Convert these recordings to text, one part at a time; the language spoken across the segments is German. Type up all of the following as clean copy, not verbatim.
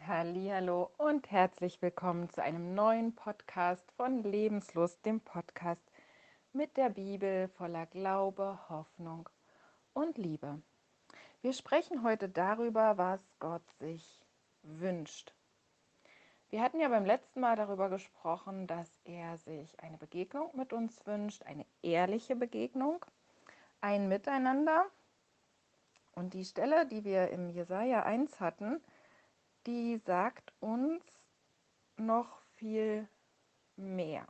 Hallihallo und herzlich willkommen zu einem neuen Podcast von Lebenslust, dem Podcast mit der Bibel voller Glaube, Hoffnung und Liebe. Wir sprechen heute darüber, was Gott sich wünscht. Wir hatten ja beim letzten Mal darüber gesprochen, dass er sich eine Begegnung mit uns wünscht, eine ehrliche Begegnung, ein Miteinander. Und die Stelle, die wir im Jesaja 1 hatten, die sagt uns noch viel mehr.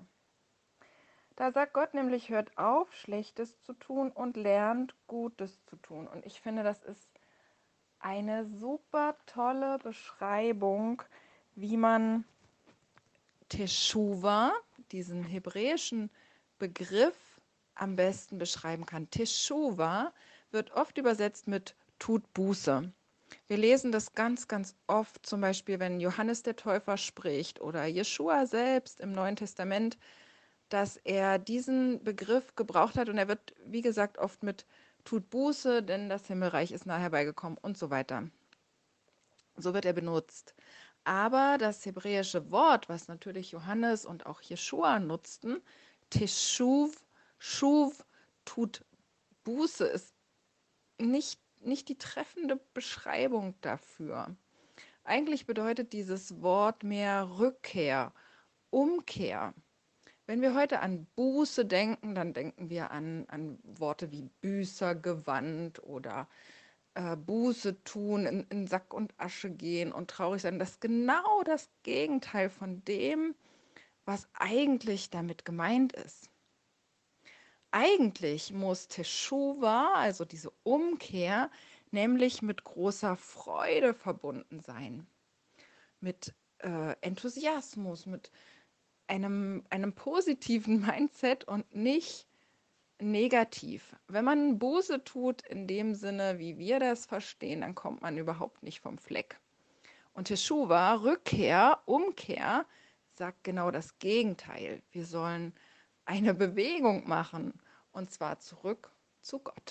Da sagt Gott nämlich, hört auf, Schlechtes zu tun und lernt Gutes zu tun. Und ich finde, das ist eine super tolle Beschreibung, wie man Teshuva, diesen hebräischen Begriff, am besten beschreiben kann. Teshuva wird oft übersetzt mit tut Buße. Wir lesen das ganz, ganz oft, zum Beispiel, wenn Johannes der Täufer spricht oder Jeschua selbst im Neuen Testament, dass er diesen Begriff gebraucht hat und er wird, wie gesagt, oft mit tut Buße, denn das Himmelreich ist nahe herbeigekommen und so weiter. So wird er benutzt. Aber das hebräische Wort, was natürlich Johannes und auch Jeschua nutzten, Teshuv, Shuv, tut Buße, ist nicht die treffende Beschreibung dafür. Eigentlich bedeutet dieses Wort mehr Rückkehr, Umkehr. Wenn wir heute an Buße denken, dann denken wir an Worte wie Büßer, Gewand oder Buße tun, in Sack und Asche gehen und traurig sein. Das ist genau das Gegenteil von dem, was eigentlich damit gemeint ist. Eigentlich muss Teshuva, also diese Umkehr, nämlich mit großer Freude verbunden sein, mit Enthusiasmus, mit einem positiven Mindset und nicht negativ. Wenn man Buße tut in dem Sinne, wie wir das verstehen, dann kommt man überhaupt nicht vom Fleck. Und Teshuva, Rückkehr, Umkehr, sagt genau das Gegenteil. Wir sollen eine Bewegung machen, und zwar zurück zu Gott.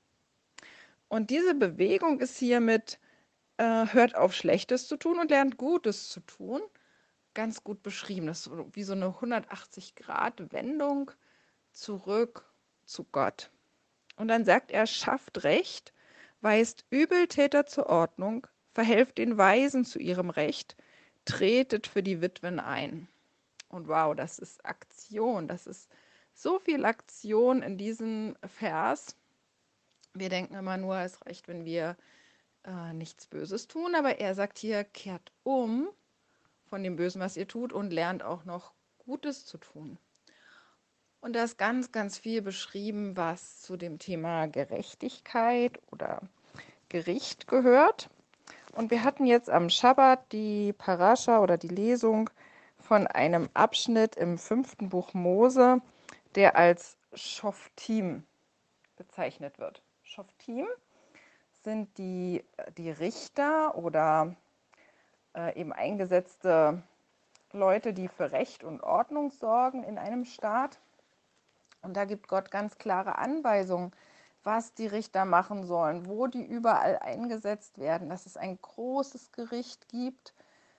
Und diese Bewegung ist hiermit, hört auf, Schlechtes zu tun und lernt Gutes zu tun, ganz gut beschrieben. Das ist wie so eine 180-Grad-Wendung zurück zu Gott. Und dann sagt er, schafft Recht, weist Übeltäter zur Ordnung, verhelft den Weisen zu ihrem Recht, tretet für die Witwen ein. Und wow, das ist Aktion, das ist so viel Aktion in diesem Vers. Wir denken immer nur, es reicht, wenn wir nichts Böses tun, aber er sagt hier, kehrt um von dem Bösen, was ihr tut und lernt auch noch Gutes zu tun. Und da ist ganz, ganz viel beschrieben, was zu dem Thema Gerechtigkeit oder Gericht gehört. Und wir hatten jetzt am Schabbat die Parascha oder die Lesung von einem Abschnitt im 5. Buch Mose, der als Schoftim bezeichnet wird. Schoftim sind die Richter oder eben eingesetzte Leute, die für Recht und Ordnung sorgen in einem Staat. Und da gibt Gott ganz klare Anweisungen, was die Richter machen sollen, wo die überall eingesetzt werden, dass es ein großes Gericht gibt,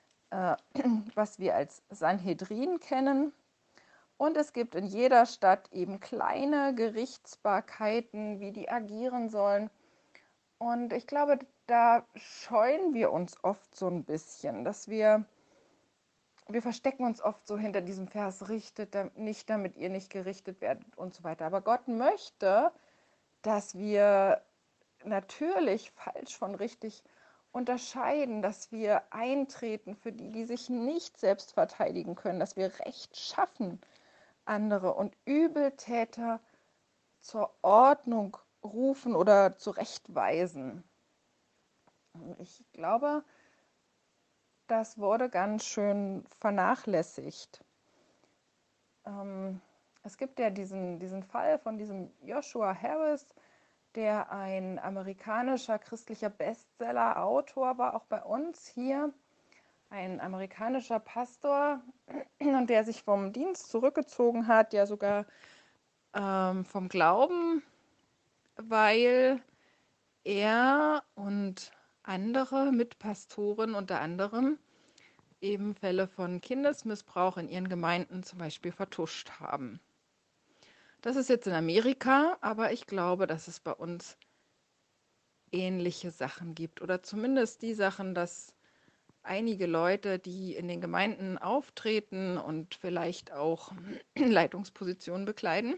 was wir als Sanhedrin kennen. Und es gibt in jeder Stadt eben kleine Gerichtsbarkeiten, wie die agieren sollen. Und ich glaube, da scheuen wir uns oft so ein bisschen, dass wir verstecken uns oft so hinter diesem Vers, richtet nicht, damit ihr nicht gerichtet werdet und so weiter. Aber Gott möchte, dass wir natürlich falsch von richtig unterscheiden, dass wir eintreten für die, die sich nicht selbst verteidigen können, dass wir Recht schaffen, andere und Übeltäter zur Ordnung rufen oder zurechtweisen. Ich glaube, das wurde ganz schön vernachlässigt. Es gibt ja diesen Fall von diesem Joshua Harris, der ein amerikanischer christlicher Bestseller-Autor war, auch bei uns hier, ein amerikanischer Pastor, und der sich vom Dienst zurückgezogen hat, ja sogar vom Glauben, weil er und andere Mitpastoren unter anderem eben Fälle von Kindesmissbrauch in ihren Gemeinden zum Beispiel vertuscht haben. Das ist jetzt in Amerika, aber ich glaube, dass es bei uns ähnliche Sachen gibt oder zumindest die Sachen, dass einige Leute, die in den Gemeinden auftreten und vielleicht auch Leitungspositionen bekleiden,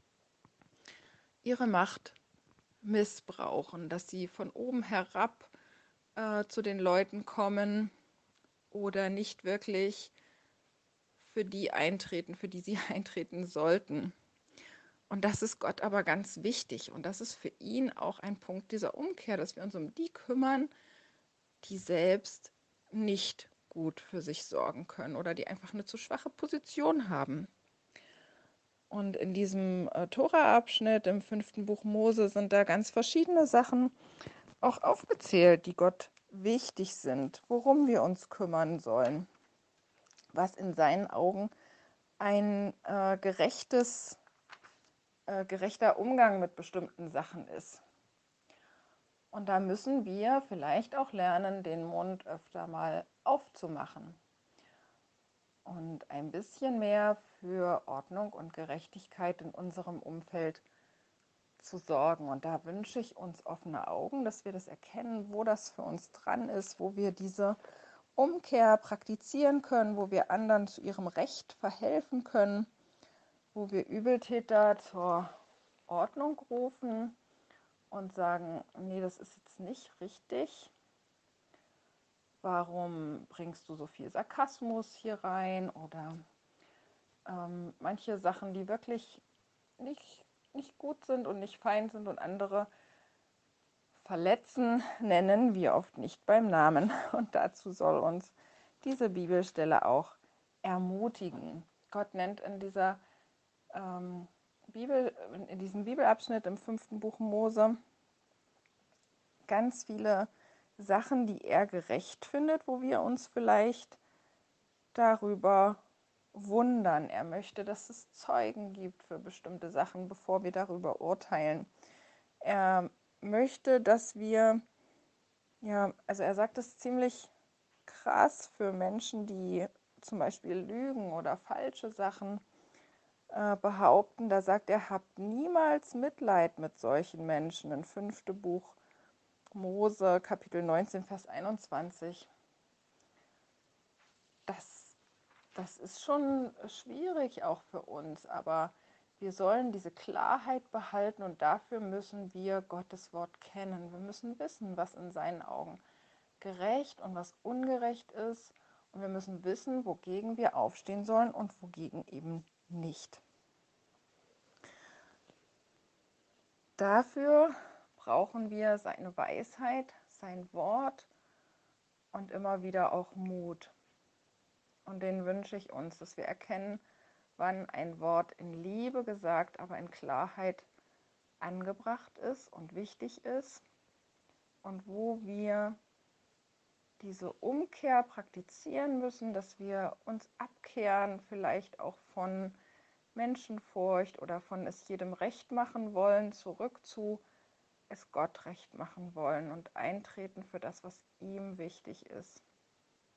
ihre Macht missbrauchen, dass sie von oben herab zu den Leuten kommen oder nicht wirklich für die eintreten, für die sie eintreten sollten. Und das ist Gott aber ganz wichtig. Und das ist für ihn auch ein Punkt dieser Umkehr, dass wir uns um die kümmern, die selbst nicht gut für sich sorgen können oder die einfach eine zu schwache Position haben. Und in diesem Tora-Abschnitt im 5. Buch Mose sind da ganz verschiedene Sachen auch aufgezählt, die Gott wichtig sind, worum wir uns kümmern sollen, was in seinen Augen ein gerechter Umgang mit bestimmten Sachen ist. Und da müssen wir vielleicht auch lernen, den Mund öfter mal aufzumachen und ein bisschen mehr für Ordnung und Gerechtigkeit in unserem Umfeld zu sorgen. Und da wünsche ich uns offene Augen, dass wir das erkennen, wo das für uns dran ist, wo wir diese Umkehr praktizieren können, wo wir anderen zu ihrem Recht verhelfen können, wo wir Übeltäter zur Ordnung rufen und sagen, nee, das ist jetzt nicht richtig. Warum bringst du so viel Sarkasmus hier rein? Oder manche Sachen, die wirklich nicht gut sind und nicht fein sind und andere verletzen, nennen wir oft nicht beim Namen. Und dazu soll uns diese Bibelstelle auch ermutigen. Gott nennt in diesem Bibelabschnitt im 5. Buch Mose ganz viele Sachen, die er gerecht findet, wo wir uns vielleicht darüber wundern. Er möchte, dass es Zeugen gibt für bestimmte Sachen, bevor wir darüber urteilen. Er möchte, dass wir, ja, also er sagt es ziemlich krass für Menschen, die zum Beispiel lügen oder falsche Sachen behaupten. Da sagt er, habt niemals Mitleid mit solchen Menschen. Im 5. Buch Mose, Kapitel 19, Vers 21. Das ist schon schwierig auch für uns, aber wir sollen diese Klarheit behalten und dafür müssen wir Gottes Wort kennen. Wir müssen wissen, was in seinen Augen gerecht und was ungerecht ist. Und wir müssen wissen, wogegen wir aufstehen sollen und wogegen eben nicht. Dafür brauchen wir seine Weisheit, sein Wort und immer wieder auch Mut. Und den wünsche ich uns, dass wir erkennen, wann ein Wort in Liebe gesagt, aber in Klarheit angebracht ist und wichtig ist und wo wir diese Umkehr praktizieren müssen, dass wir uns abkehren, vielleicht auch von Menschenfurcht oder von es jedem recht machen wollen, zurück zu es Gott recht machen wollen und eintreten für das, was ihm wichtig ist.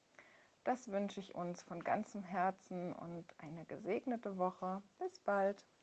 Das wünsche ich uns von ganzem Herzen und eine gesegnete Woche. Bis bald.